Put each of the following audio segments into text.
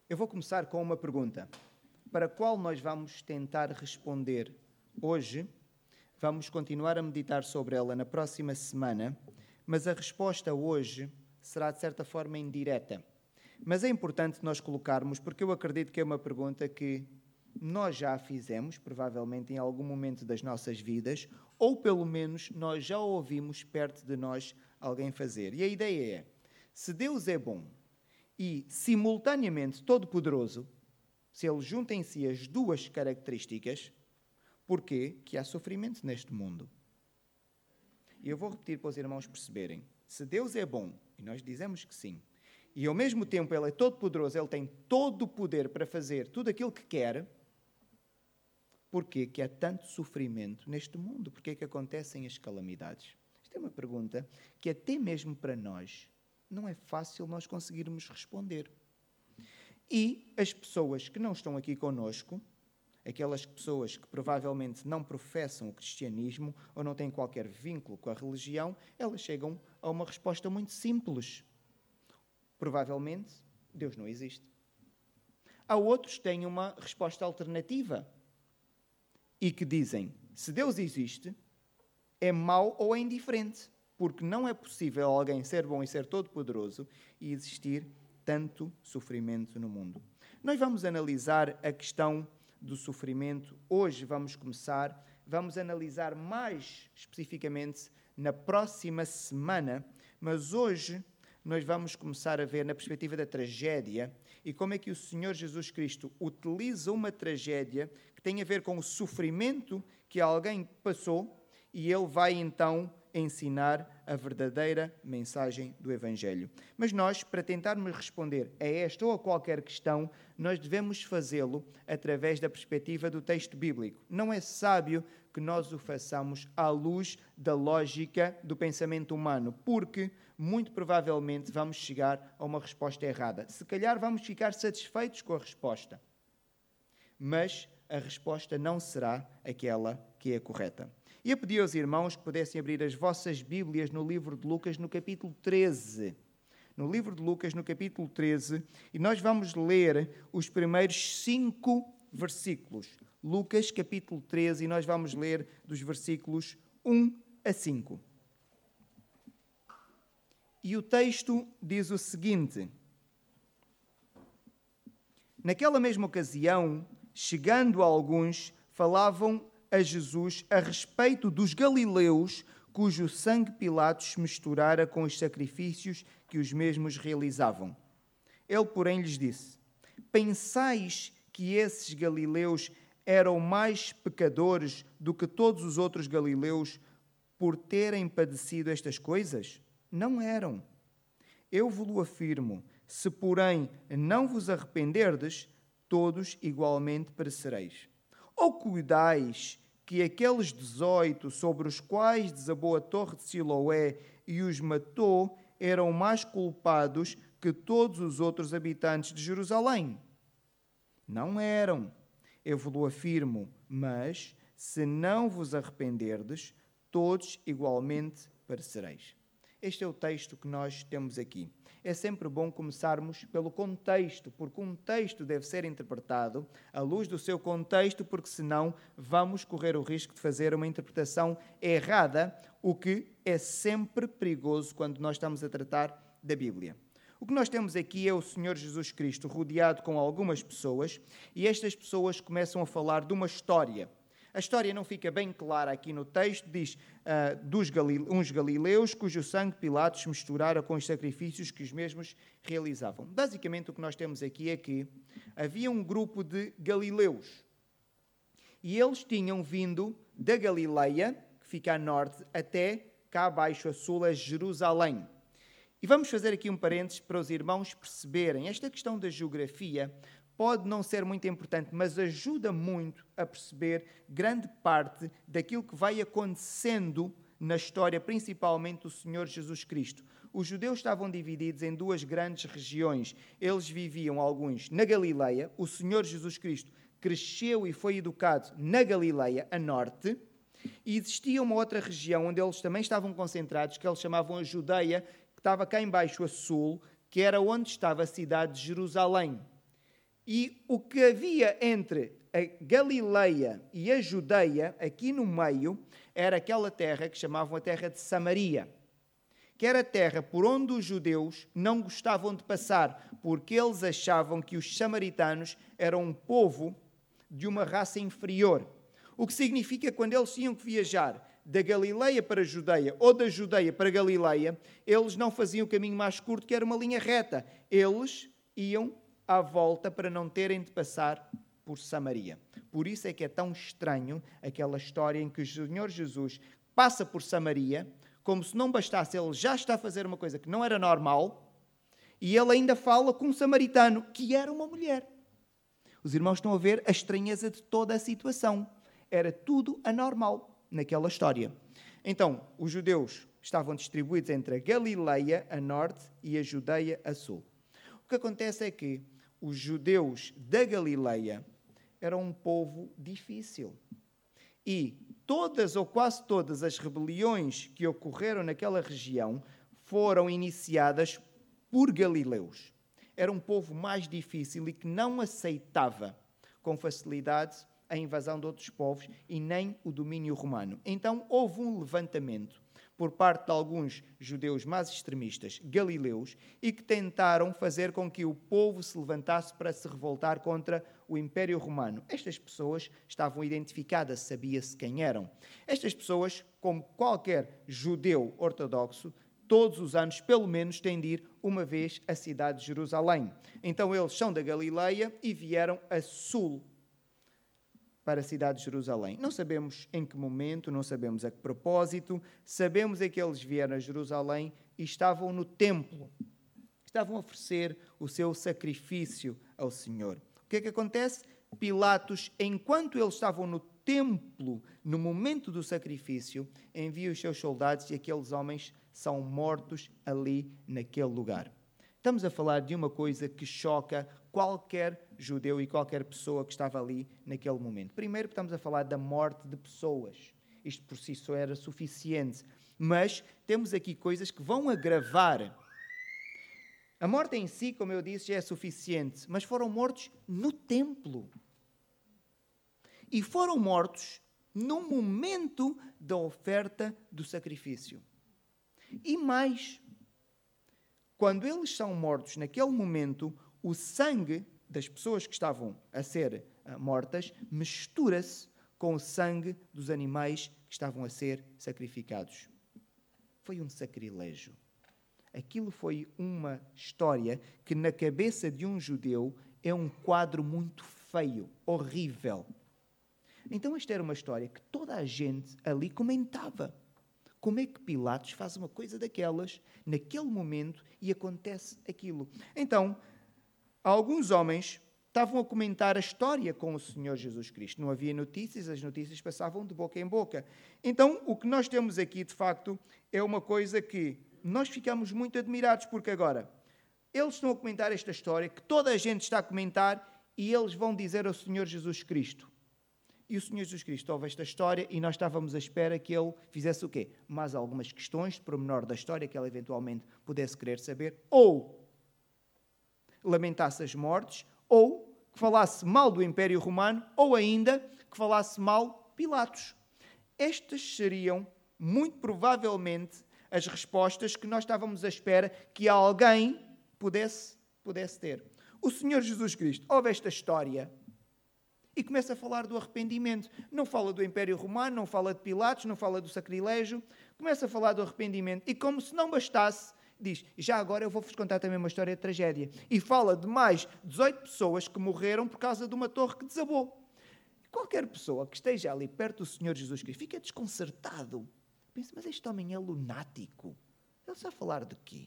Eu vou começar com uma pergunta, para a qual nós vamos tentar responder hoje. Vamos continuar a meditar sobre ela na próxima semana, mas a resposta hoje será, de certa forma, indireta. Mas é importante nós colocarmos, porque eu acredito que é uma pergunta que nós já a fizemos, provavelmente em algum momento das nossas vidas, ou pelo menos nós já ouvimos perto de nós alguém fazer. E a ideia é, se Deus é bom e simultaneamente todo-poderoso, se Ele junta em si as duas características, porquê que há sofrimento neste mundo? E eu vou repetir para os irmãos perceberem. Se Deus é bom, e nós dizemos que sim, e ao mesmo tempo Ele é todo-poderoso, Ele tem todo o poder para fazer tudo aquilo que quer, porquê que há tanto sofrimento neste mundo? Porquê que acontecem as calamidades? Esta é uma pergunta que até mesmo para nós não é fácil nós conseguirmos responder. E as pessoas que não estão aqui conosco, aquelas pessoas que provavelmente não professam o cristianismo ou não têm qualquer vínculo com a religião, elas chegam a uma resposta muito simples. Provavelmente, Deus não existe. Há outros que têm uma resposta alternativa e que dizem, se Deus existe, é mau ou é indiferente, porque não é possível alguém ser bom e ser todo-poderoso e existir tanto sofrimento no mundo. Nós vamos analisar a questão do sofrimento. Hoje vamos analisar mais especificamente na próxima semana, mas hoje nós vamos começar a ver na perspectiva da tragédia e como é que o Senhor Jesus Cristo utiliza uma tragédia que tem a ver com o sofrimento que alguém passou e Ele vai então ensinar a verdadeira mensagem do Evangelho. Mas nós, para tentarmos responder a esta ou a qualquer questão, nós devemos fazê-lo através da perspectiva do texto bíblico. Não é sábio que nós o façamos à luz da lógica do pensamento humano, porque muito provavelmente vamos chegar a uma resposta errada. Se calhar vamos ficar satisfeitos com a resposta, mas a resposta não será aquela que é correta. E eu pedi aos irmãos que pudessem abrir as vossas Bíblias no livro de Lucas, no capítulo 13. No livro de Lucas, no capítulo 13, e nós vamos ler os primeiros 5 versículos. Lucas, capítulo 13, e nós vamos ler dos versículos 1 a 5. E o texto diz o seguinte: naquela mesma ocasião, chegando alguns, falavam a Jesus a respeito dos galileus, cujo sangue Pilatos misturara com os sacrifícios que os mesmos realizavam. Ele, porém, lhes disse: pensais que esses galileus eram mais pecadores do que todos os outros galileus por terem padecido estas coisas? Não eram. Eu vos afirmo, se porém não vos arrependerdes, todos igualmente perecereis. Ou cuidais que aqueles 18 sobre os quais desabou a torre de Siloé e os matou eram mais culpados que todos os outros habitantes de Jerusalém? Não eram. Eu vos afirmo, mas se não vos arrependerdes, todos igualmente perecereis. Este é o texto que nós temos aqui. É sempre bom começarmos pelo contexto, porque um texto deve ser interpretado à luz do seu contexto, porque senão vamos correr o risco de fazer uma interpretação errada, o que é sempre perigoso quando nós estamos a tratar da Bíblia. O que nós temos aqui é o Senhor Jesus Cristo rodeado com algumas pessoas e estas pessoas começam a falar de uma história. A história não fica bem clara aqui no texto, diz uns galileus cujo sangue Pilatos misturara com os sacrifícios que os mesmos realizavam. Basicamente o que nós temos aqui é que havia um grupo de galileus e eles tinham vindo da Galileia, que fica a norte, até cá abaixo a sul, a Jerusalém. E vamos fazer aqui um parênteses para os irmãos perceberem. Esta questão da geografia pode não ser muito importante, mas ajuda muito a perceber grande parte daquilo que vai acontecendo na história, principalmente do Senhor Jesus Cristo. Os judeus estavam divididos em 2 grandes regiões. Eles viviam, alguns, na Galileia. O Senhor Jesus Cristo cresceu e foi educado na Galileia, a norte. E existia uma outra região onde eles também estavam concentrados, que eles chamavam a Judeia, que estava cá embaixo a sul, que era onde estava a cidade de Jerusalém. E o que havia entre a Galileia e a Judeia, aqui no meio, era aquela terra que chamavam a terra de Samaria, que era a terra por onde os judeus não gostavam de passar, porque eles achavam que os samaritanos eram um povo de uma raça inferior. O que significa que quando eles tinham que viajar da Galileia para a Judeia ou da Judeia para a Galileia, eles não faziam o caminho mais curto, que era uma linha reta. Eles iam à volta para não terem de passar por Samaria. Por isso é que é tão estranho aquela história em que o Senhor Jesus passa por Samaria, como se não bastasse, ele já está a fazer uma coisa que não era normal, e ele ainda fala com um samaritano, que era uma mulher. Os irmãos estão a ver a estranheza de toda a situação. Era tudo anormal naquela história. Então, os judeus estavam distribuídos entre a Galileia a norte e a Judeia a sul. O que acontece é que os judeus da Galileia eram um povo difícil. E todas ou quase todas as rebeliões que ocorreram naquela região foram iniciadas por galileus. Era um povo mais difícil e que não aceitava com facilidade a invasão de outros povos e nem o domínio romano. Então houve um levantamento por parte de alguns judeus mais extremistas, galileus, e que tentaram fazer com que o povo se levantasse para se revoltar contra o Império Romano. Estas pessoas estavam identificadas, sabia-se quem eram. Estas pessoas, como qualquer judeu ortodoxo, todos os anos, pelo menos, têm de ir uma vez à cidade de Jerusalém. Então eles são da Galileia e vieram a sul, para a cidade de Jerusalém. Não sabemos em que momento, não sabemos a que propósito, sabemos é que eles vieram a Jerusalém e estavam no templo. Estavam a oferecer o seu sacrifício ao Senhor. O que é que acontece? Pilatos, enquanto eles estavam no templo, no momento do sacrifício, envia os seus soldados e aqueles homens são mortos ali naquele lugar. Estamos a falar de uma coisa que choca qualquer judeu e qualquer pessoa que estava ali naquele momento. Primeiro, estamos a falar da morte de pessoas. Isto por si só era suficiente. Mas temos aqui coisas que vão agravar. A morte em si, como eu disse, já é suficiente. Mas foram mortos no templo. E foram mortos no momento da oferta do sacrifício. E mais, quando eles são mortos naquele momento, o sangue das pessoas que estavam a ser mortas mistura-se com o sangue dos animais que estavam a ser sacrificados. Foi um sacrilégio. Aquilo foi uma história que, na cabeça de um judeu, é um quadro muito feio, horrível. Então, esta era uma história que toda a gente ali comentava. Como é que Pilatos faz uma coisa daquelas, naquele momento, e acontece aquilo? Então, alguns homens estavam a comentar a história com o Senhor Jesus Cristo. Não havia notícias, as notícias passavam de boca em boca. Então, o que nós temos aqui, de facto, é uma coisa que nós ficamos muito admirados, porque agora, eles estão a comentar esta história, que toda a gente está a comentar, e eles vão dizer ao Senhor Jesus Cristo. E o Senhor Jesus Cristo ouve esta história e nós estávamos à espera que ele fizesse o quê? Mais algumas questões de pormenor da história que ele eventualmente pudesse querer saber, ou lamentasse as mortes, ou que falasse mal do Império Romano, ou ainda que falasse mal Pilatos. Estas seriam, muito provavelmente, as respostas que nós estávamos à espera que alguém pudesse ter. O Senhor Jesus Cristo ouve esta história e começa a falar do arrependimento. Não fala do Império Romano, não fala de Pilatos, não fala do sacrilégio. Começa a falar do arrependimento. E como se não bastasse, diz, já agora eu vou-vos contar também uma história de tragédia. E fala de mais 18 pessoas que morreram por causa de uma torre que desabou. Qualquer pessoa que esteja ali perto do Senhor Jesus Cristo fica desconcertado. Pensa, mas este homem é lunático. Ele está a falar de quê?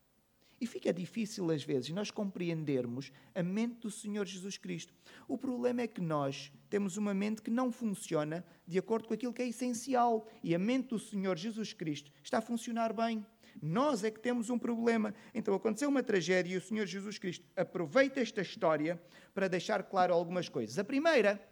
E fica difícil, às vezes, nós compreendermos a mente do Senhor Jesus Cristo. O problema é que nós temos uma mente que não funciona de acordo com aquilo que é essencial. E a mente do Senhor Jesus Cristo está a funcionar bem. Nós é que temos um problema. Então aconteceu uma tragédia e o Senhor Jesus Cristo aproveita esta história para deixar claro algumas coisas. A primeira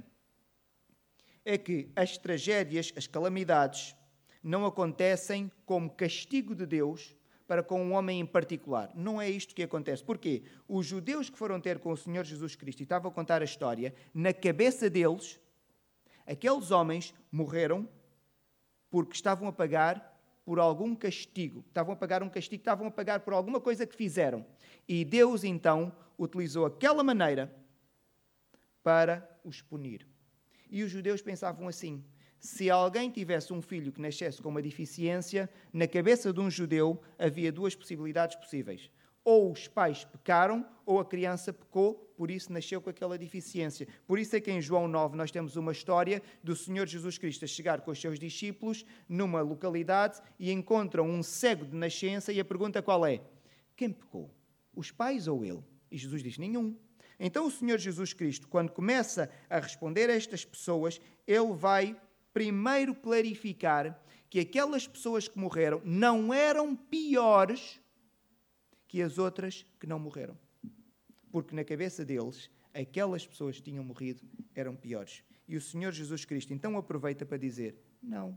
é que as tragédias, as calamidades, não acontecem como castigo de Deus para com um homem em particular. Não é isto que acontece. Porquê? Os judeus que foram ter com o Senhor Jesus Cristo e estavam a contar a história, na cabeça deles, aqueles homens morreram porque estavam a pagar por algum castigo. Estavam a pagar um castigo, estavam a pagar por alguma coisa que fizeram. E Deus, então, utilizou aquela maneira para os punir. E os judeus pensavam assim: se alguém tivesse um filho que nascesse com uma deficiência, na cabeça de um judeu havia duas possibilidades possíveis. Ou os pais pecaram, ou a criança pecou, por isso nasceu com aquela deficiência. Por isso é que em João 9 nós temos uma história do Senhor Jesus Cristo a chegar com os seus discípulos numa localidade e encontram um cego de nascença e a pergunta qual é? Quem pecou? Os pais ou ele? E Jesus diz: nenhum. Então o Senhor Jesus Cristo, quando começa a responder a estas pessoas, ele vai primeiro clarificar que aquelas pessoas que morreram não eram piores que as outras que não morreram. Porque na cabeça deles, aquelas pessoas que tinham morrido eram piores. E o Senhor Jesus Cristo então aproveita para dizer: não,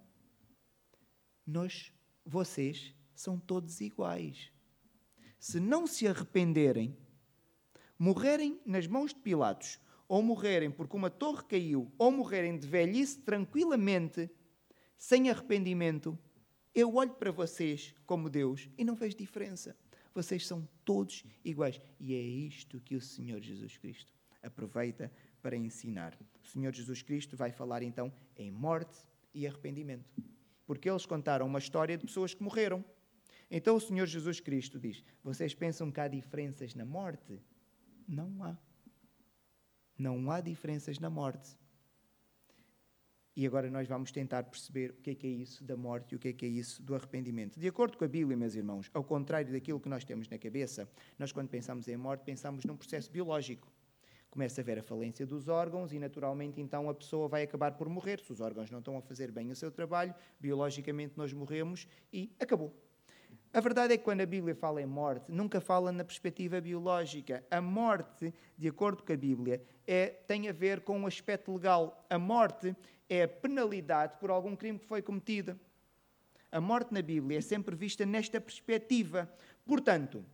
vocês são todos iguais. Se não se arrependerem, morrerem nas mãos de Pilatos, ou morrerem porque uma torre caiu, ou morrerem de velhice tranquilamente, sem arrependimento, eu olho para vocês como Deus e não vejo diferença. Vocês são todos iguais. E é isto que o Senhor Jesus Cristo aproveita para ensinar. O Senhor Jesus Cristo vai falar então em morte e arrependimento. Porque eles contaram uma história de pessoas que morreram. Então o Senhor Jesus Cristo diz: vocês pensam que há diferenças na morte? Não há. Não há diferenças na morte. E agora nós vamos tentar perceber o que é isso da morte e o que é isso do arrependimento. De acordo com a Bíblia, meus irmãos, ao contrário daquilo que nós temos na cabeça, nós quando pensamos em morte, pensamos num processo biológico. Começa a haver a falência dos órgãos e, naturalmente, então a pessoa vai acabar por morrer. Se os órgãos não estão a fazer bem o seu trabalho, biologicamente nós morremos e acabou. A verdade é que quando a Bíblia fala em morte, nunca fala na perspectiva biológica. A morte, de acordo com a Bíblia, tem a ver com um aspecto legal. A morte é a penalidade por algum crime que foi cometido. A morte na Bíblia é sempre vista nesta perspectiva. Portanto,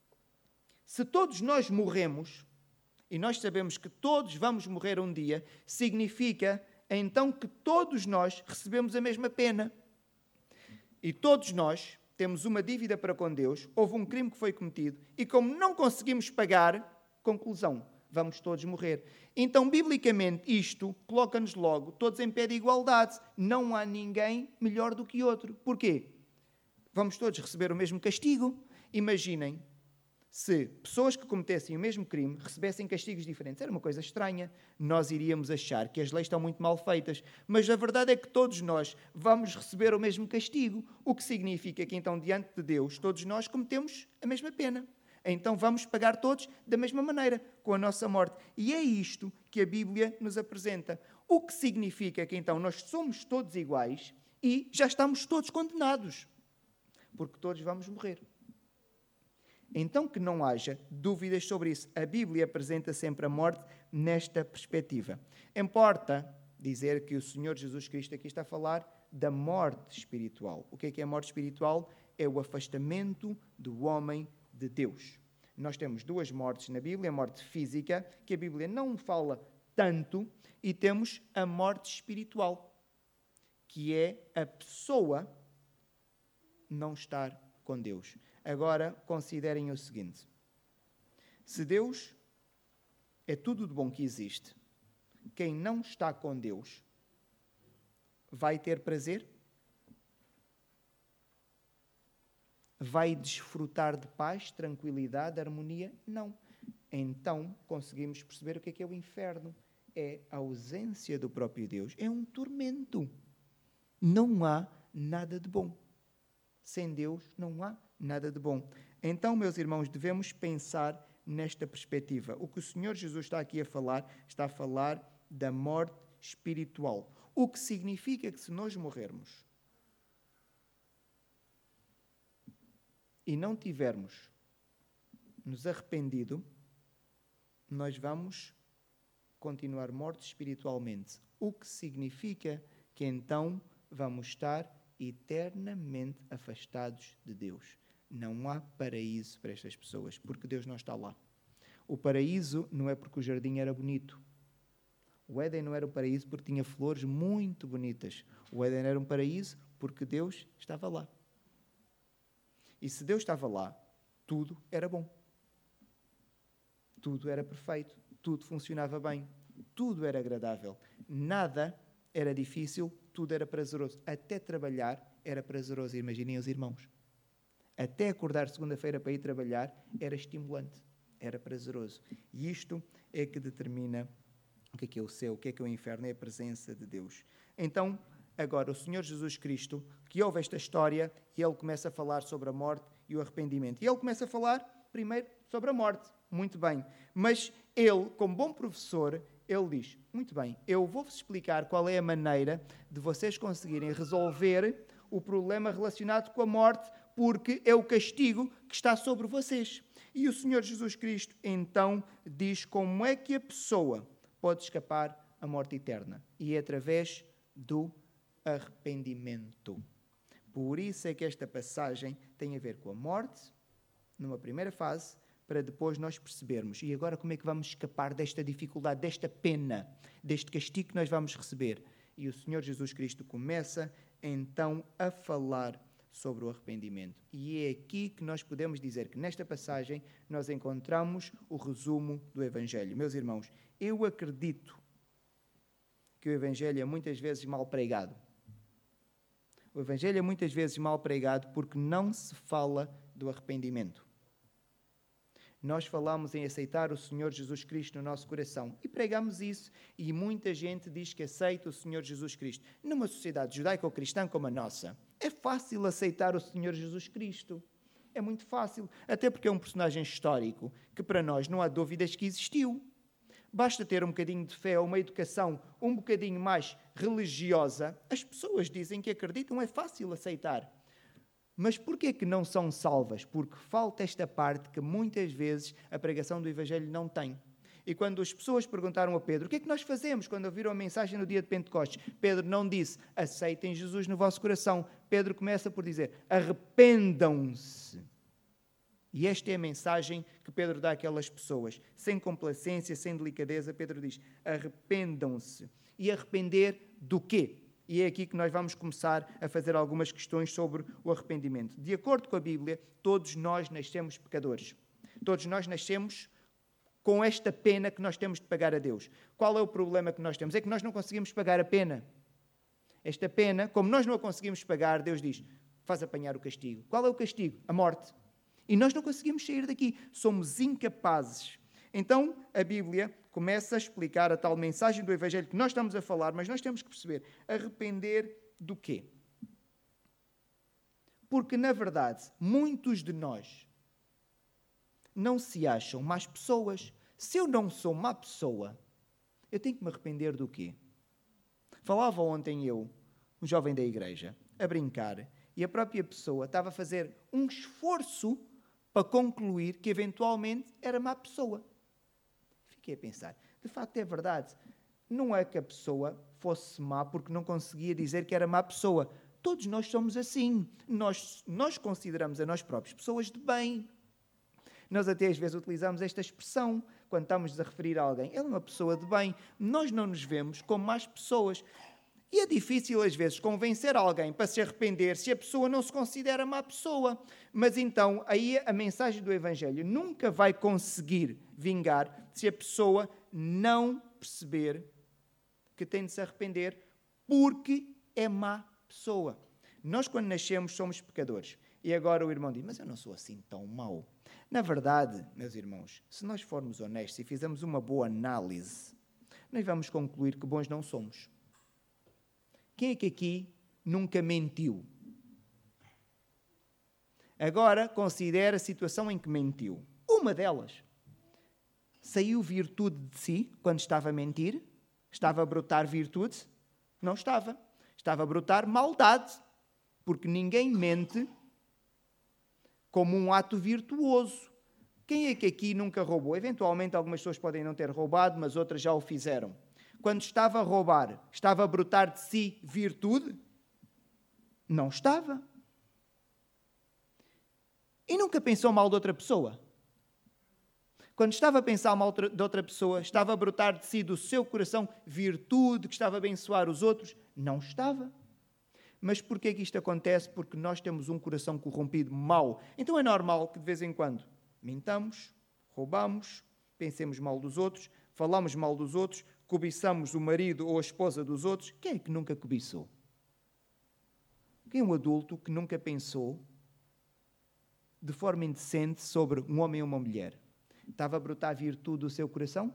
se todos nós morremos, e nós sabemos que todos vamos morrer um dia, significa então que todos nós recebemos a mesma pena. E todos nós temos uma dívida para com Deus, houve um crime que foi cometido, e como não conseguimos pagar, conclusão, vamos todos morrer. Então, biblicamente, isto coloca-nos logo todos em pé de igualdade. Não há ninguém melhor do que outro. Porquê? Vamos todos receber o mesmo castigo. Imaginem se pessoas que cometessem o mesmo crime recebessem castigos diferentes. Era uma coisa estranha. Nós iríamos achar que as leis estão muito mal feitas. Mas a verdade é que todos nós vamos receber o mesmo castigo. O que significa que, então, diante de Deus, todos nós cometemos a mesma pena. Então vamos pagar todos da mesma maneira, com a nossa morte. E é isto que a Bíblia nos apresenta. O que significa que, então, nós somos todos iguais e já estamos todos condenados. Porque todos vamos morrer. Então que não haja dúvidas sobre isso. A Bíblia apresenta sempre a morte nesta perspectiva. Importa dizer que o Senhor Jesus Cristo aqui está a falar da morte espiritual. O que é a morte espiritual? É o afastamento do homem de Deus. Nós temos duas mortes na Bíblia, a morte física, que a Bíblia não fala tanto, e temos a morte espiritual, que é a pessoa não estar com Deus. Agora, considerem o seguinte: se Deus é tudo de bom que existe, quem não está com Deus vai ter prazer? Vai desfrutar de paz, tranquilidade, harmonia? Não. Então, conseguimos perceber o que é o inferno. É a ausência do próprio Deus. É um tormento. Não há nada de bom. Sem Deus não há nada de bom. Então, meus irmãos, devemos pensar nesta perspectiva. O que o Senhor Jesus está aqui a falar da morte espiritual. O que significa que se nós morrermos e não tivermos nos arrependido, nós vamos continuar mortos espiritualmente. O que significa que então vamos estar eternamente afastados de Deus. Não há paraíso para estas pessoas, porque Deus não está lá. O paraíso não é porque o jardim era bonito. O Éden não era um paraíso porque tinha flores muito bonitas. O Éden era um paraíso porque Deus estava lá. E se Deus estava lá, tudo era bom. Tudo era perfeito. Tudo funcionava bem. Tudo era agradável. Nada era difícil, tudo era prazeroso. Até trabalhar era prazeroso. Imaginem os irmãos. Até acordar segunda-feira para ir trabalhar era estimulante, era prazeroso. E isto é que determina o que é o céu, o que é o inferno, é a presença de Deus. Então, agora, o Senhor Jesus Cristo, que ouve esta história, e ele começa a falar sobre a morte e o arrependimento. E ele começa a falar, primeiro, sobre a morte. Muito bem. Mas ele, como bom professor, ele diz, muito bem, eu vou-vos explicar qual é a maneira de vocês conseguirem resolver o problema relacionado com a morte, porque é o castigo que está sobre vocês. E o Senhor Jesus Cristo, então, diz como é que a pessoa pode escapar à morte eterna. E é através do arrependimento. Por isso é que esta passagem tem a ver com a morte, numa primeira fase, para depois nós percebermos. E agora como é que vamos escapar desta dificuldade, desta pena, deste castigo que nós vamos receber? E o Senhor Jesus Cristo começa, então, a falar sobre o arrependimento. E é aqui que nós podemos dizer que nesta passagem nós encontramos o resumo do Evangelho. Meus irmãos, eu acredito que o Evangelho é muitas vezes mal pregado. O Evangelho é muitas vezes mal pregado porque não se fala do arrependimento. Nós falamos em aceitar o Senhor Jesus Cristo no nosso coração e pregamos isso, e muita gente diz que aceita o Senhor Jesus Cristo. Numa sociedade judaico-cristã como a nossa, é fácil aceitar o Senhor Jesus Cristo. É muito fácil, até porque é um personagem histórico que para nós não há dúvidas que existiu. Basta ter um bocadinho de fé, uma educação um bocadinho mais religiosa. As pessoas dizem que acreditam, é fácil aceitar. Mas porquê que não são salvas? Porque falta esta parte que muitas vezes a pregação do Evangelho não tem. E quando as pessoas perguntaram a Pedro, o que é que nós fazemos quando ouviram a mensagem no dia de Pentecostes? Pedro não disse, aceitem Jesus no vosso coração. Pedro começa por dizer, arrependam-se. E esta é a mensagem que Pedro dá àquelas pessoas. Sem complacência, sem delicadeza, Pedro diz, arrependam-se. E arrepender do quê? E é aqui que nós vamos começar a fazer algumas questões sobre o arrependimento. De acordo com a Bíblia, todos nós nascemos pecadores. Todos nós nascemos com esta pena que nós temos de pagar a Deus. Qual é o problema que nós temos? É que nós não conseguimos pagar a pena. Esta pena, como nós não a conseguimos pagar, Deus diz, faz apanhar o castigo. Qual é o castigo? A morte. E nós não conseguimos sair daqui. Somos incapazes. Então, a Bíblia começa a explicar a tal mensagem do Evangelho que nós estamos a falar, mas nós temos que perceber, arrepender do quê? Porque, na verdade, muitos de nós não se acham más pessoas. Se eu não sou má pessoa, eu tenho que me arrepender do quê? Falava ontem eu, um jovem da igreja, a brincar, e a própria pessoa estava a fazer um esforço para concluir que eventualmente era má pessoa. Fiquei a pensar, de facto é verdade, não é que a pessoa fosse má porque não conseguia dizer que era má pessoa. Todos nós somos assim. Nós consideramos a nós próprios pessoas de bem. Nós até às vezes utilizamos esta expressão quando estamos a referir a alguém. Ela é uma pessoa de bem. Nós não nos vemos como más pessoas. E é difícil às vezes convencer alguém para se arrepender se a pessoa não se considera má pessoa. Mas então aí a mensagem do Evangelho nunca vai conseguir vingar se a pessoa não perceber que tem de se arrepender porque é má pessoa. Nós quando nascemos somos pecadores. E agora o irmão diz, mas eu não sou assim tão mau. Na verdade, meus irmãos, se nós formos honestos e fizermos uma boa análise, nós vamos concluir que bons não somos. Quem é que aqui nunca mentiu? Agora, considera a situação em que mentiu. Uma delas. Saiu virtude de si quando estava a mentir? Estava a brotar virtude? Não estava. Estava a brotar maldade. Porque ninguém mente como um ato virtuoso. Quem é que aqui nunca roubou? Eventualmente algumas pessoas podem não ter roubado, mas outras já o fizeram. Quando estava a roubar, estava a brotar de si virtude? Não estava. E nunca pensou mal de outra pessoa. Quando estava a pensar mal de outra pessoa, estava a brotar de si, do seu coração, virtude, que estava a abençoar os outros? Não estava. Mas porquê que isto acontece? Porque nós temos um coração corrompido, mau. Então é normal que de vez em quando mintamos, roubamos, pensemos mal dos outros, falamos mal dos outros, cobiçamos o marido ou a esposa dos outros. Quem é que nunca cobiçou? Quem é um adulto que nunca pensou de forma indecente sobre um homem ou uma mulher? Estava a brotar virtude do seu coração?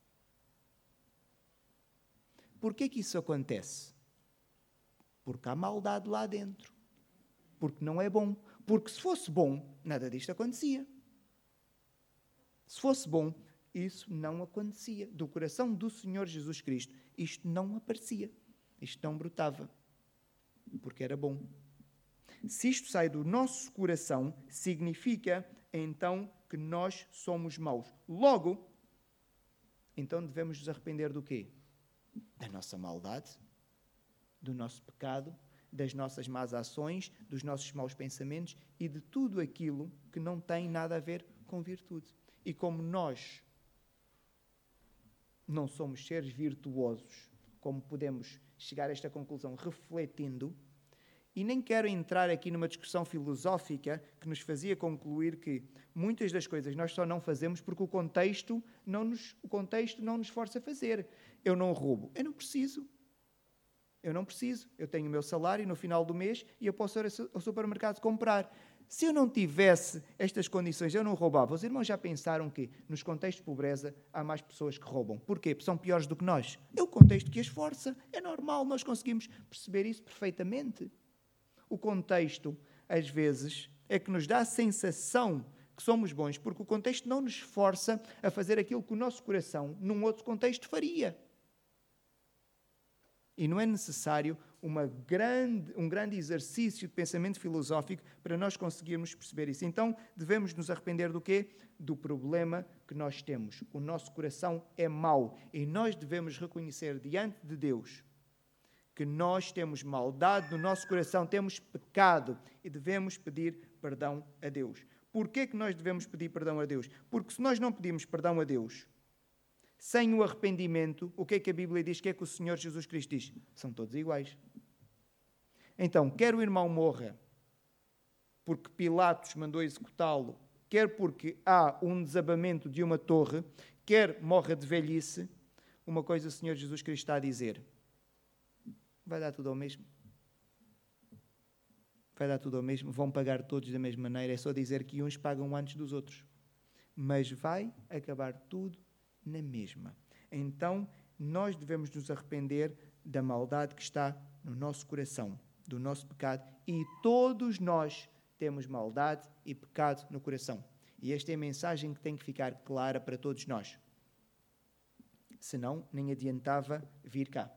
Porquê que isso acontece? Porque há maldade lá dentro. Porque não é bom. Porque se fosse bom, nada disto acontecia. Se fosse bom, isso não acontecia. Do coração do Senhor Jesus Cristo, isto não aparecia. Isto não brotava. Porque era bom. Se isto sai do nosso coração, significa então que nós somos maus. Logo, então devemos nos arrepender do quê? Da nossa maldade, do nosso pecado, das nossas más ações, dos nossos maus pensamentos e de tudo aquilo que não tem nada a ver com virtude. E como nós não somos seres virtuosos, como podemos chegar a esta conclusão refletindo, e nem quero entrar aqui numa discussão filosófica que nos fazia concluir que muitas das coisas nós só não fazemos porque o contexto não nos força a fazer. Eu não roubo. Eu não preciso. Eu tenho o meu salário no final do mês e eu posso ir ao supermercado comprar. Se eu não tivesse estas condições, eu não roubava. Os irmãos já pensaram que nos contextos de pobreza há mais pessoas que roubam. Porquê? Porque são piores do que nós. É o contexto que as força. É normal, nós conseguimos perceber isso perfeitamente. O contexto, às vezes, é que nos dá a sensação que somos bons, porque o contexto não nos força a fazer aquilo que o nosso coração, num outro contexto, faria. E não é necessário um grande exercício de pensamento filosófico para nós conseguirmos perceber isso. Então, devemos nos arrepender do quê? Do problema que nós temos. O nosso coração é mau e nós devemos reconhecer diante de Deus que nós temos maldade no nosso coração, temos pecado e devemos pedir perdão a Deus. Porquê que nós devemos pedir perdão a Deus? Porque se nós não pedimos perdão a Deus, sem o arrependimento, o que é que a Bíblia diz? O que é que o Senhor Jesus Cristo diz? São todos iguais. Então, quer o irmão morra porque Pilatos mandou executá-lo, quer porque há um desabamento de uma torre, quer morra de velhice, uma coisa o Senhor Jesus Cristo está a dizer: vai dar tudo ao mesmo. Vai dar tudo ao mesmo. Vão pagar todos da mesma maneira. É só dizer que uns pagam antes dos outros. Mas vai acabar tudo na mesma. Então, nós devemos nos arrepender da maldade que está no nosso coração, do nosso pecado. E todos nós temos maldade e pecado no coração. E esta é a mensagem que tem que ficar clara para todos nós. Senão, nem adiantava vir cá.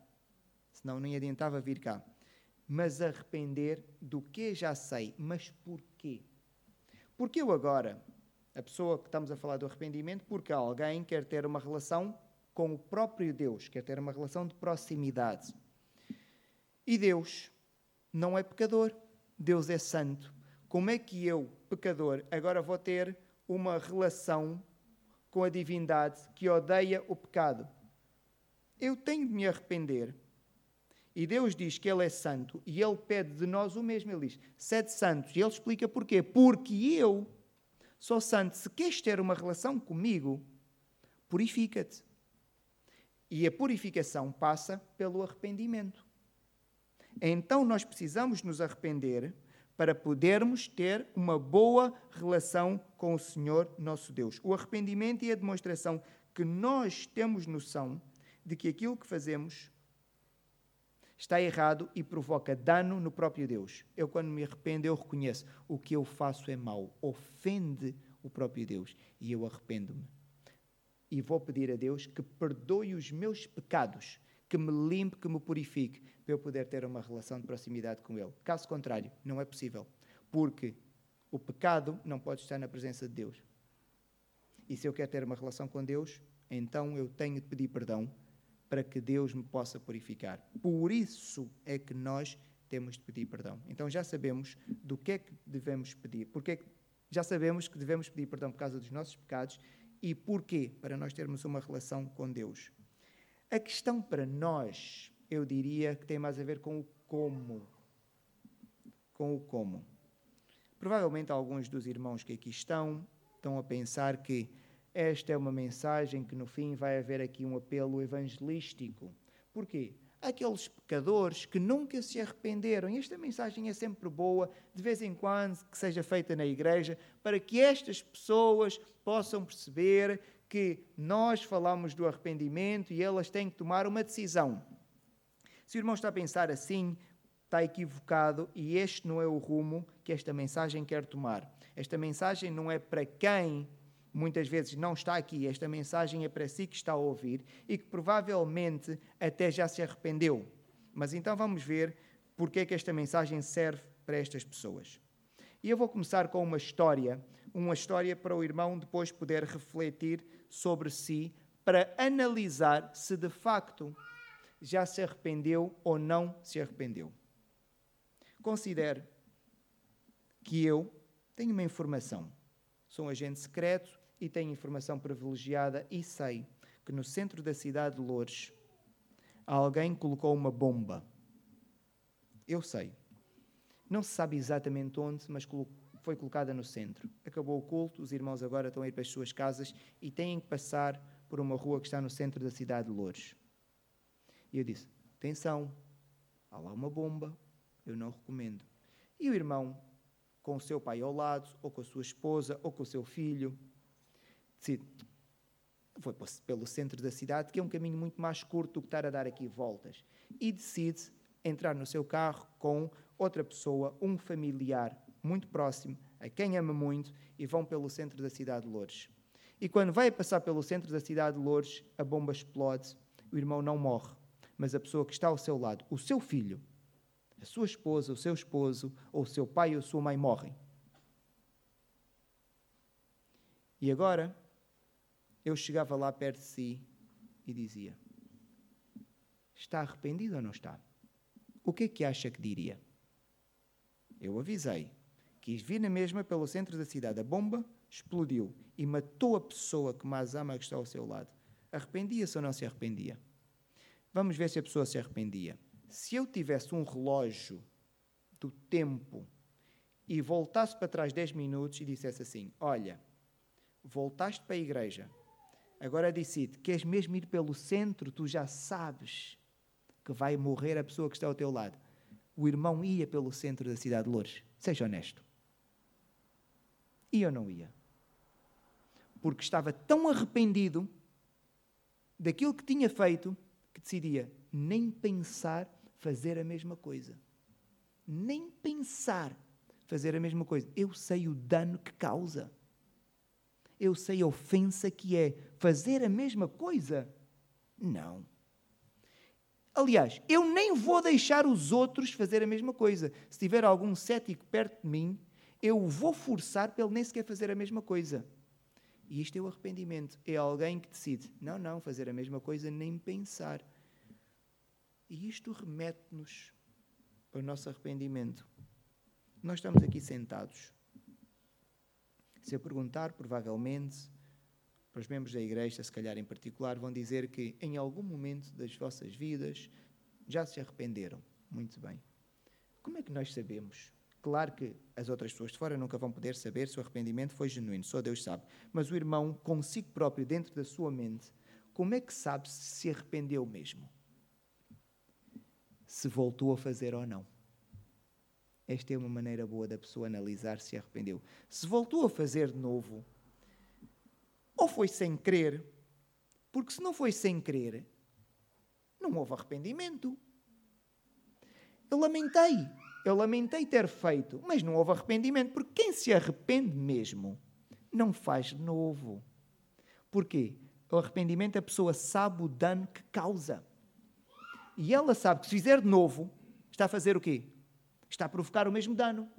Mas arrepender do que já sei. Mas porquê? Porque eu agora, a pessoa que estamos a falar do arrependimento, porque alguém quer ter uma relação com o próprio Deus, quer ter uma relação de proximidade. E Deus não é pecador. Deus é santo. Como é que eu, pecador, agora vou ter uma relação com a divindade que odeia o pecado? Eu tenho de me arrepender. E Deus diz que Ele é santo e Ele pede de nós o mesmo. Ele diz, sede santos. E Ele explica porquê. Porque eu sou santo. Se queres ter uma relação comigo, purifica-te. E a purificação passa pelo arrependimento. Então nós precisamos nos arrepender para podermos ter uma boa relação com o Senhor nosso Deus. O arrependimento é a demonstração que nós temos noção de que aquilo que fazemos está errado e provoca dano no próprio Deus. Eu, quando me arrependo, eu reconheço o que eu faço é mau, ofende o próprio Deus e eu arrependo-me. E vou pedir a Deus que perdoe os meus pecados, que me limpe, que me purifique, para eu poder ter uma relação de proximidade com Ele. Caso contrário, não é possível, porque o pecado não pode estar na presença de Deus. E se eu quero ter uma relação com Deus, então eu tenho de pedir perdão para que Deus me possa purificar. Por isso é que nós temos de pedir perdão. Então já sabemos do que é que devemos pedir. Porque Já sabemos que devemos pedir perdão por causa dos nossos pecados. E porquê? Para nós termos uma relação com Deus. A questão para nós, eu diria que tem mais a ver com o como. Com o como. Provavelmente alguns dos irmãos que aqui estão a pensar que esta é uma mensagem que no fim vai haver aqui um apelo evangelístico. Porquê? Aqueles pecadores que nunca se arrependeram. E esta mensagem é sempre boa, de vez em quando, que seja feita na igreja, para que estas pessoas possam perceber que nós falamos do arrependimento e elas têm que tomar uma decisão. Se o irmão está a pensar assim, está equivocado e este não é o rumo que esta mensagem quer tomar. Esta mensagem não é para quem muitas vezes não está aqui, esta mensagem é para si que está a ouvir e que provavelmente até já se arrependeu. Mas então vamos ver porque é que esta mensagem serve para estas pessoas. E eu vou começar com uma história para o irmão depois poder refletir sobre si, para analisar se de facto já se arrependeu ou não se arrependeu. Considere que eu tenho uma informação. Sou um agente secreto e tenho informação privilegiada e sei que no centro da cidade de Loures alguém colocou uma bomba. Eu sei. Não se sabe exatamente onde, mas foi colocada no centro. Acabou o culto, os irmãos agora estão a ir para as suas casas e têm que passar por uma rua que está no centro da cidade de Loures. E eu disse, atenção, há lá uma bomba. Eu não recomendo. E o irmão, com o seu pai ao lado, ou com a sua esposa, ou com o seu filho, decide, foi pelo centro da cidade, que é um caminho muito mais curto do que estar a dar aqui voltas. E decide entrar no seu carro com outra pessoa, um familiar muito próximo, a quem ama muito, e vão pelo centro da cidade de Loures. E quando vai passar pelo centro da cidade de Loures, a bomba explode, o irmão não morre, mas a pessoa que está ao seu lado, o seu filho, a sua esposa, o seu esposo, ou o seu pai ou a sua mãe morrem. E agora, eu chegava lá perto de si e dizia, está arrependido ou não está? O que é que acha que diria? Eu avisei, quis vir na mesma pelo centro da cidade. A bomba explodiu e matou a pessoa que mais ama que está ao seu lado. Arrependia-se ou não se arrependia? Vamos ver se a pessoa se arrependia. Se eu tivesse um relógio do tempo e voltasse para trás 10 minutos e dissesse assim, olha, voltaste para a igreja, agora decide, queres mesmo ir pelo centro, tu já sabes que vai morrer a pessoa que está ao teu lado. O irmão ia pelo centro da cidade de Loures. Seja honesto. E eu não ia. Porque estava tão arrependido daquilo que tinha feito que decidia nem pensar fazer a mesma coisa. Nem pensar fazer a mesma coisa. Eu sei o dano que causa. Eu sei a ofensa que é fazer a mesma coisa. Não. Aliás, eu nem vou deixar os outros fazer a mesma coisa. Se tiver algum cético perto de mim, eu o vou forçar para ele nem sequer fazer a mesma coisa. E isto é o arrependimento. É alguém que decide, não, fazer a mesma coisa, nem pensar. E isto remete-nos ao nosso arrependimento. Nós estamos aqui sentados. Se eu perguntar, provavelmente, para os membros da igreja, se calhar em particular, vão dizer que em algum momento das vossas vidas já se arrependeram. Muito bem. Como é que nós sabemos? Claro que as outras pessoas de fora nunca vão poder saber se o arrependimento foi genuíno, só Deus sabe. Mas o irmão, consigo próprio, dentro da sua mente, como é que sabe se se arrependeu mesmo? Se voltou a fazer ou não. Esta é uma maneira boa da pessoa analisar se arrependeu. Se voltou a fazer de novo, ou foi sem querer, porque se não foi sem querer, não houve arrependimento. Eu lamentei ter feito, mas não houve arrependimento, porque quem se arrepende mesmo não faz de novo. Porquê? O arrependimento, a pessoa sabe o dano que causa. E ela sabe que se fizer de novo, está a fazer o quê? Está a provocar o mesmo dano.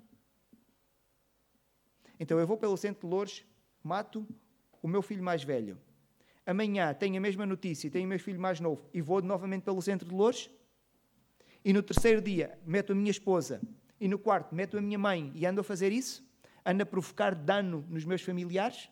Então eu vou pelo centro de Loures, mato o meu filho mais velho. Amanhã tenho a mesma notícia e tenho o meu filho mais novo e vou novamente pelo centro de Loures. E no terceiro dia meto a minha esposa. E no quarto meto a minha mãe e ando a fazer isso. Ando a provocar dano nos meus familiares?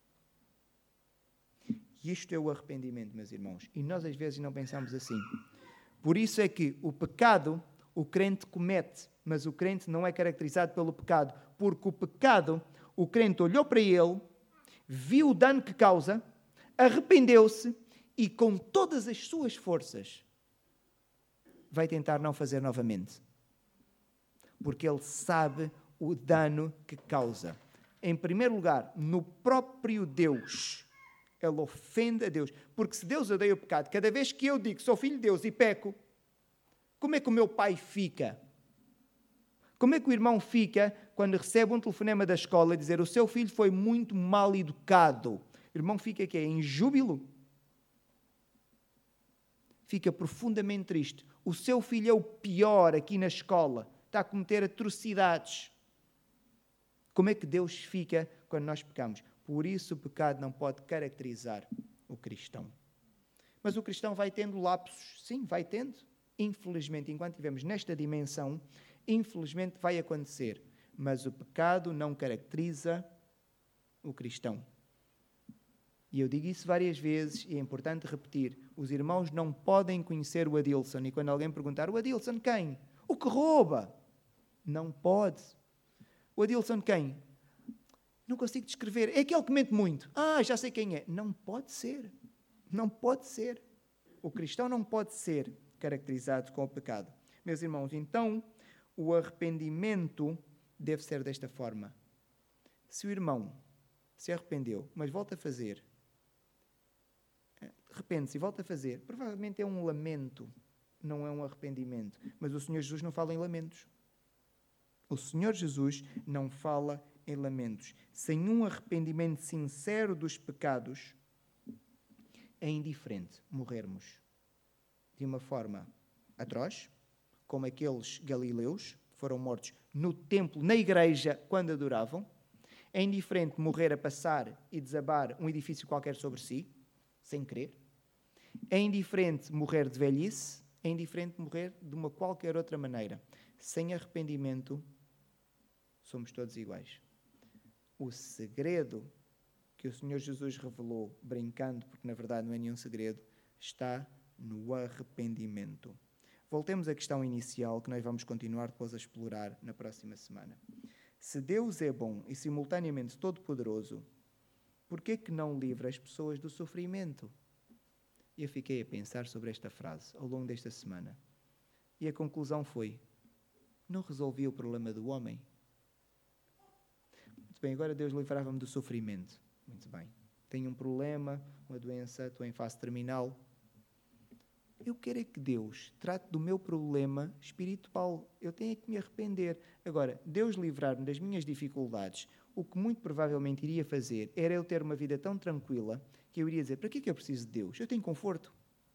E isto é o arrependimento, meus irmãos. E nós às vezes não pensamos assim. Por isso é que o pecado, o crente comete, mas o crente não é caracterizado pelo pecado. Porque o pecado, o crente olhou para ele, viu o dano que causa, arrependeu-se e com todas as suas forças vai tentar não fazer novamente. Porque ele sabe o dano que causa. Em primeiro lugar, no próprio Deus. Ele ofende a Deus. Porque se Deus odeia o pecado, cada vez que eu digo sou filho de Deus e peco, como é que o meu pai fica? Como é que o irmão fica quando recebe um telefonema da escola a dizer o seu filho foi muito mal educado? O irmão fica aqui em júbilo. Fica profundamente triste. O seu filho é o pior aqui na escola. Está a cometer atrocidades. Como é que Deus fica quando nós pecamos? Por isso o pecado não pode caracterizar o cristão. Mas o cristão vai tendo lapsos. Sim, vai tendo. Infelizmente, enquanto estivermos nesta dimensão, infelizmente vai acontecer. Mas o pecado não caracteriza o cristão. E eu digo isso várias vezes e é importante repetir. Os irmãos não podem conhecer o Adilson. E quando alguém perguntar, o Adilson quem? O que rouba? Não pode. O Adilson quem? Não consigo descrever. É aquele que mente muito. Ah, já sei quem é. Não pode ser. Não pode ser. O cristão não pode ser caracterizado com o pecado. Meus irmãos, então, o arrependimento deve ser desta forma. Se o irmão se arrependeu, mas volta a fazer, arrepende-se e volta a fazer, provavelmente é um lamento, não é um arrependimento. Mas o Senhor Jesus não fala em lamentos. O Senhor Jesus não fala em lamentos. Sem um arrependimento sincero dos pecados, é indiferente morrermos de uma forma atroz, como aqueles galileus que foram mortos no templo, na igreja, quando adoravam. É indiferente morrer a passar e desabar um edifício qualquer sobre si, sem querer. É indiferente morrer de velhice. É indiferente morrer de uma qualquer outra maneira. Sem arrependimento, somos todos iguais. O segredo que o Senhor Jesus revelou, brincando, porque na verdade não é nenhum segredo, está no arrependimento. Voltemos à questão inicial, que nós vamos continuar depois a explorar na próxima semana. Se Deus é bom e simultaneamente todo-poderoso, por que não livra as pessoas do sofrimento? E eu fiquei a pensar sobre esta frase ao longo desta semana. E a conclusão foi, não resolvia o problema do homem. Muito bem, agora Deus livrava-me do sofrimento. Muito bem. Tenho um problema, uma doença, estou em fase terminal. Eu quero é que Deus trate do meu problema espiritual. Eu tenho que me arrepender. Agora, Deus livrar-me das minhas dificuldades, o que muito provavelmente iria fazer era eu ter uma vida tão tranquila que eu iria dizer, para que é que eu preciso de Deus? Eu tenho conforto.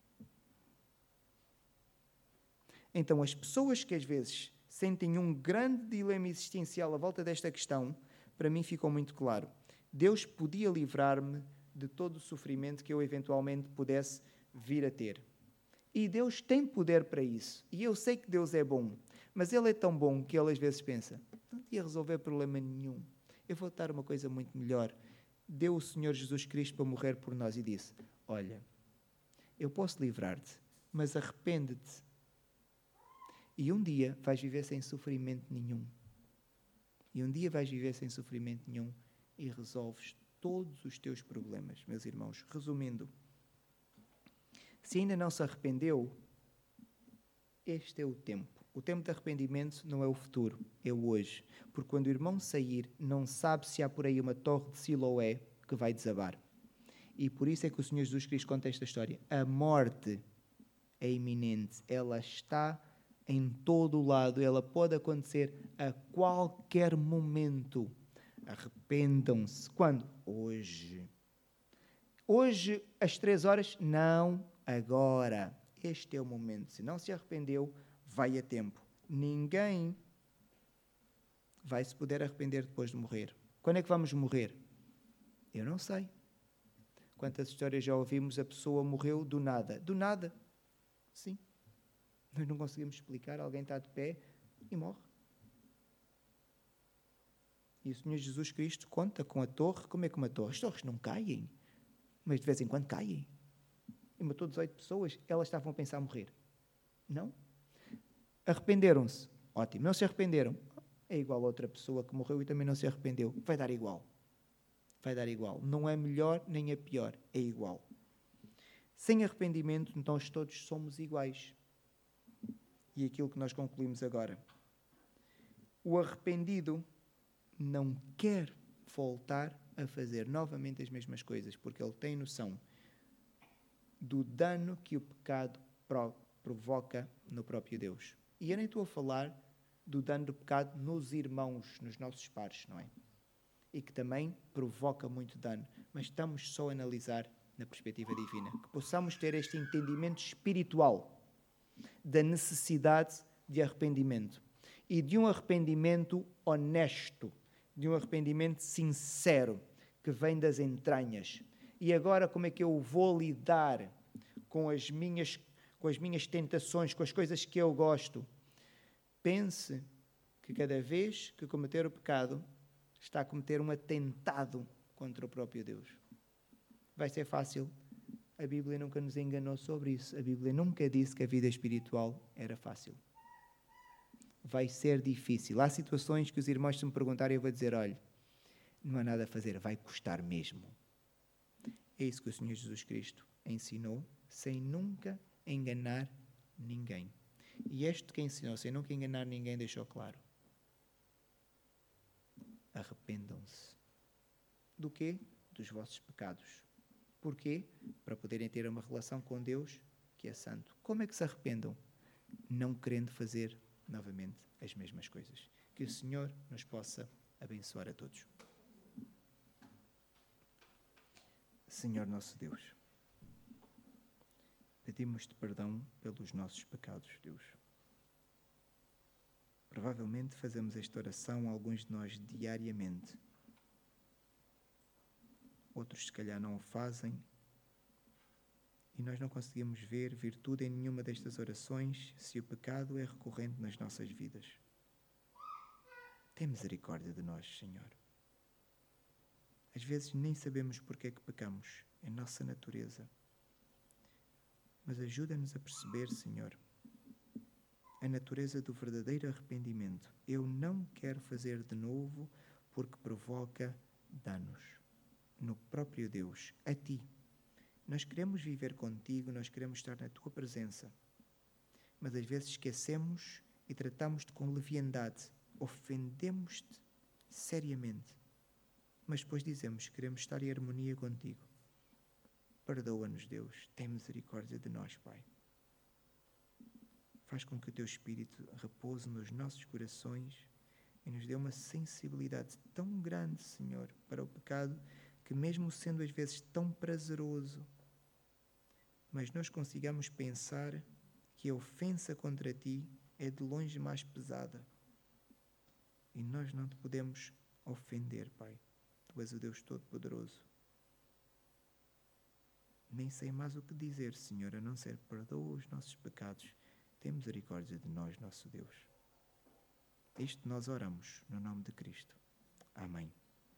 Então, as pessoas que às vezes sentem um grande dilema existencial à volta desta questão, para mim ficou muito claro. Deus podia livrar-me de todo o sofrimento que eu eventualmente pudesse vir a ter. E Deus tem poder para isso. E eu sei que Deus é bom. Mas Ele é tão bom que Ele às vezes pensa, não ia resolver problema nenhum. Eu vou dar uma coisa muito melhor. Deu o Senhor Jesus Cristo para morrer por nós e disse, olha, eu posso livrar-te, mas arrepende-te. E um dia vais viver sem sofrimento nenhum. E um dia vais viver sem sofrimento nenhum e resolves todos os teus problemas, meus irmãos. Resumindo, se ainda não se arrependeu, este é o tempo. O tempo de arrependimento não é o futuro, é o hoje. Porque quando o irmão sair, não sabe se há por aí uma torre de Siloé que vai desabar. E por isso é que o Senhor Jesus Cristo conta esta história. A morte é iminente. Ela está em todo o lado. Ela pode acontecer a qualquer momento. Arrependam-se. Quando? Hoje. Hoje, às 3 horas? Não, agora. Este é o momento. Se não se arrependeu, vai a tempo. Ninguém vai se poder arrepender depois de morrer. Quando é que vamos morrer? Eu não sei. Quantas histórias já ouvimos, a pessoa morreu do nada. Do nada. Sim. Nós não conseguimos explicar. Alguém está de pé e morre. E o Senhor Jesus Cristo conta com a torre. Como é que uma torre? As torres não caem, mas de vez em quando caem. E matou 18 pessoas. Elas estavam a pensar morrer. Não. Arrependeram-se. Ótimo. Não se arrependeram. É igual a outra pessoa que morreu e também não se arrependeu. Vai dar igual. Vai dar igual. Não é melhor nem é pior. É igual. Sem arrependimento, nós todos somos iguais. E aquilo que nós concluímos agora. O arrependido não quer voltar a fazer novamente as mesmas coisas, porque ele tem noção do dano que o pecado provoca no próprio Deus. E eu nem estou a falar do dano do pecado nos irmãos, nos nossos pares, não é? E que também provoca muito dano. Mas estamos só a analisar na perspectiva divina. Que possamos ter este entendimento espiritual da necessidade de arrependimento. E de um arrependimento honesto, de um arrependimento sincero, que vem das entranhas. E agora como é que eu vou lidar com as minhas tentações, com as coisas que eu gosto? Pense que cada vez que cometer o pecado, está a cometer um atentado contra o próprio Deus. Vai ser fácil? A Bíblia nunca nos enganou sobre isso. A Bíblia nunca disse que a vida espiritual era fácil. Vai ser difícil. Há situações que os irmãos, se me perguntarem, eu vou dizer, olha, não há nada a fazer, vai custar mesmo. É isso que o Senhor Jesus Cristo ensinou, sem nunca enganar ninguém. E este que ensinou, sem nunca enganar ninguém, deixou claro. Arrependam-se. Do quê? Dos vossos pecados. Porquê? Para poderem ter uma relação com Deus que é santo. Como é que se arrependam? Não querendo fazer novamente as mesmas coisas. Que o Senhor nos possa abençoar a todos. Senhor nosso Deus, pedimos-te perdão pelos nossos pecados, Deus. Provavelmente fazemos esta oração, alguns de nós, diariamente. Outros, se calhar, não o fazem. E nós não conseguimos ver virtude em nenhuma destas orações se o pecado é recorrente nas nossas vidas. Tem misericórdia de nós, Senhor. Às vezes nem sabemos porque é que pecamos, é nossa natureza. Mas ajuda-nos a perceber, Senhor, a natureza do verdadeiro arrependimento. Eu não quero fazer de novo porque provoca danos no próprio Deus, a Ti. Nós queremos viver contigo, nós queremos estar na Tua presença. Mas às vezes esquecemos e tratamos-te com leviandade. Ofendemos-te seriamente. Mas depois dizemos que queremos estar em harmonia contigo. Perdoa-nos, Deus. Tem misericórdia de nós, Pai. Faz com que o Teu Espírito repouse nos nossos corações e nos dê uma sensibilidade tão grande, Senhor, para o pecado, que mesmo sendo às vezes tão prazeroso, mas nós consigamos pensar que a ofensa contra Ti é de longe mais pesada. E nós não Te podemos ofender, Pai. Tu és o Deus Todo-Poderoso. Nem sei mais o que dizer, Senhor, a não ser perdoa os nossos pecados. Tem misericórdia de nós, nosso Deus. Isto nós oramos no nome de Cristo. Amém.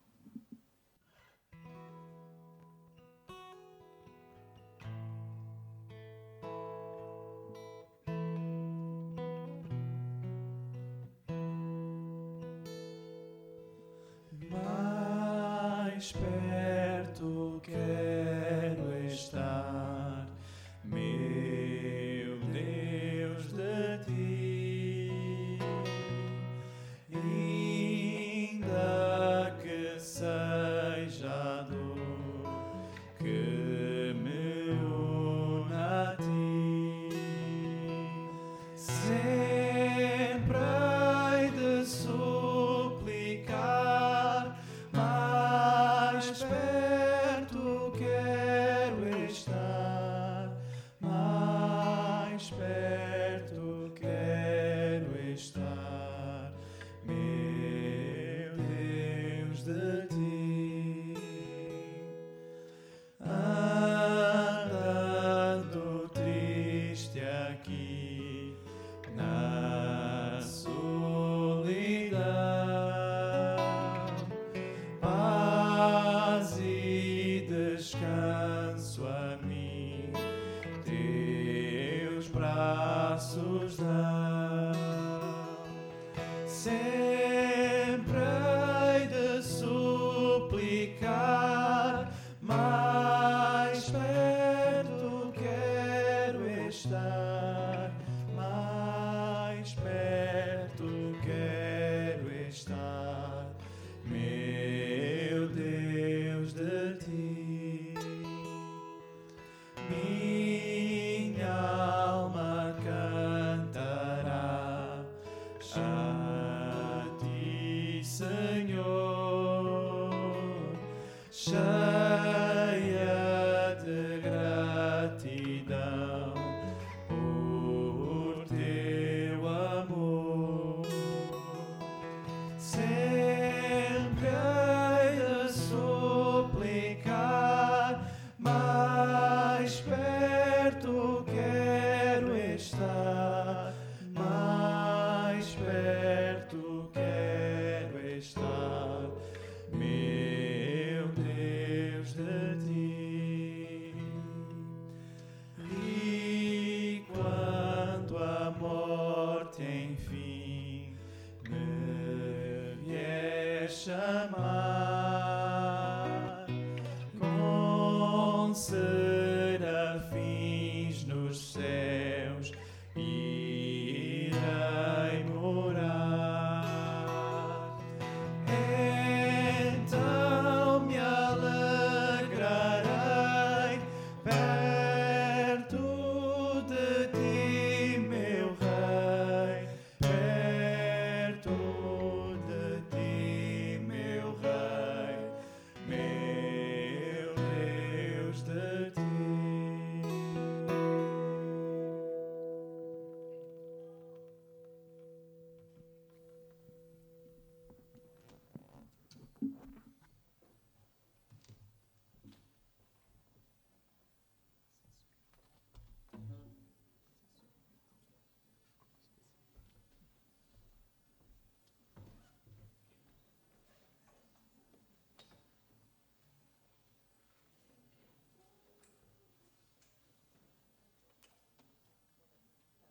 Mais perto quero estar, meu Deus, de Ti, ainda que seja a dor que me una a Ti, sempre hei de suplicar mais perto. braços dão. Sempre hei de suplicar, mais perto quero estar, mais perto quero estar, meu Deus, de ti. Minha alma cantará a ti, Senhor, cheia de gratidão por teu amor. Sempre hei de suplicar, mais perto quero estar, mais perto quero estar, meu Deus, de ti. E quando a morte enfim me vier chamar, com serafins nos céus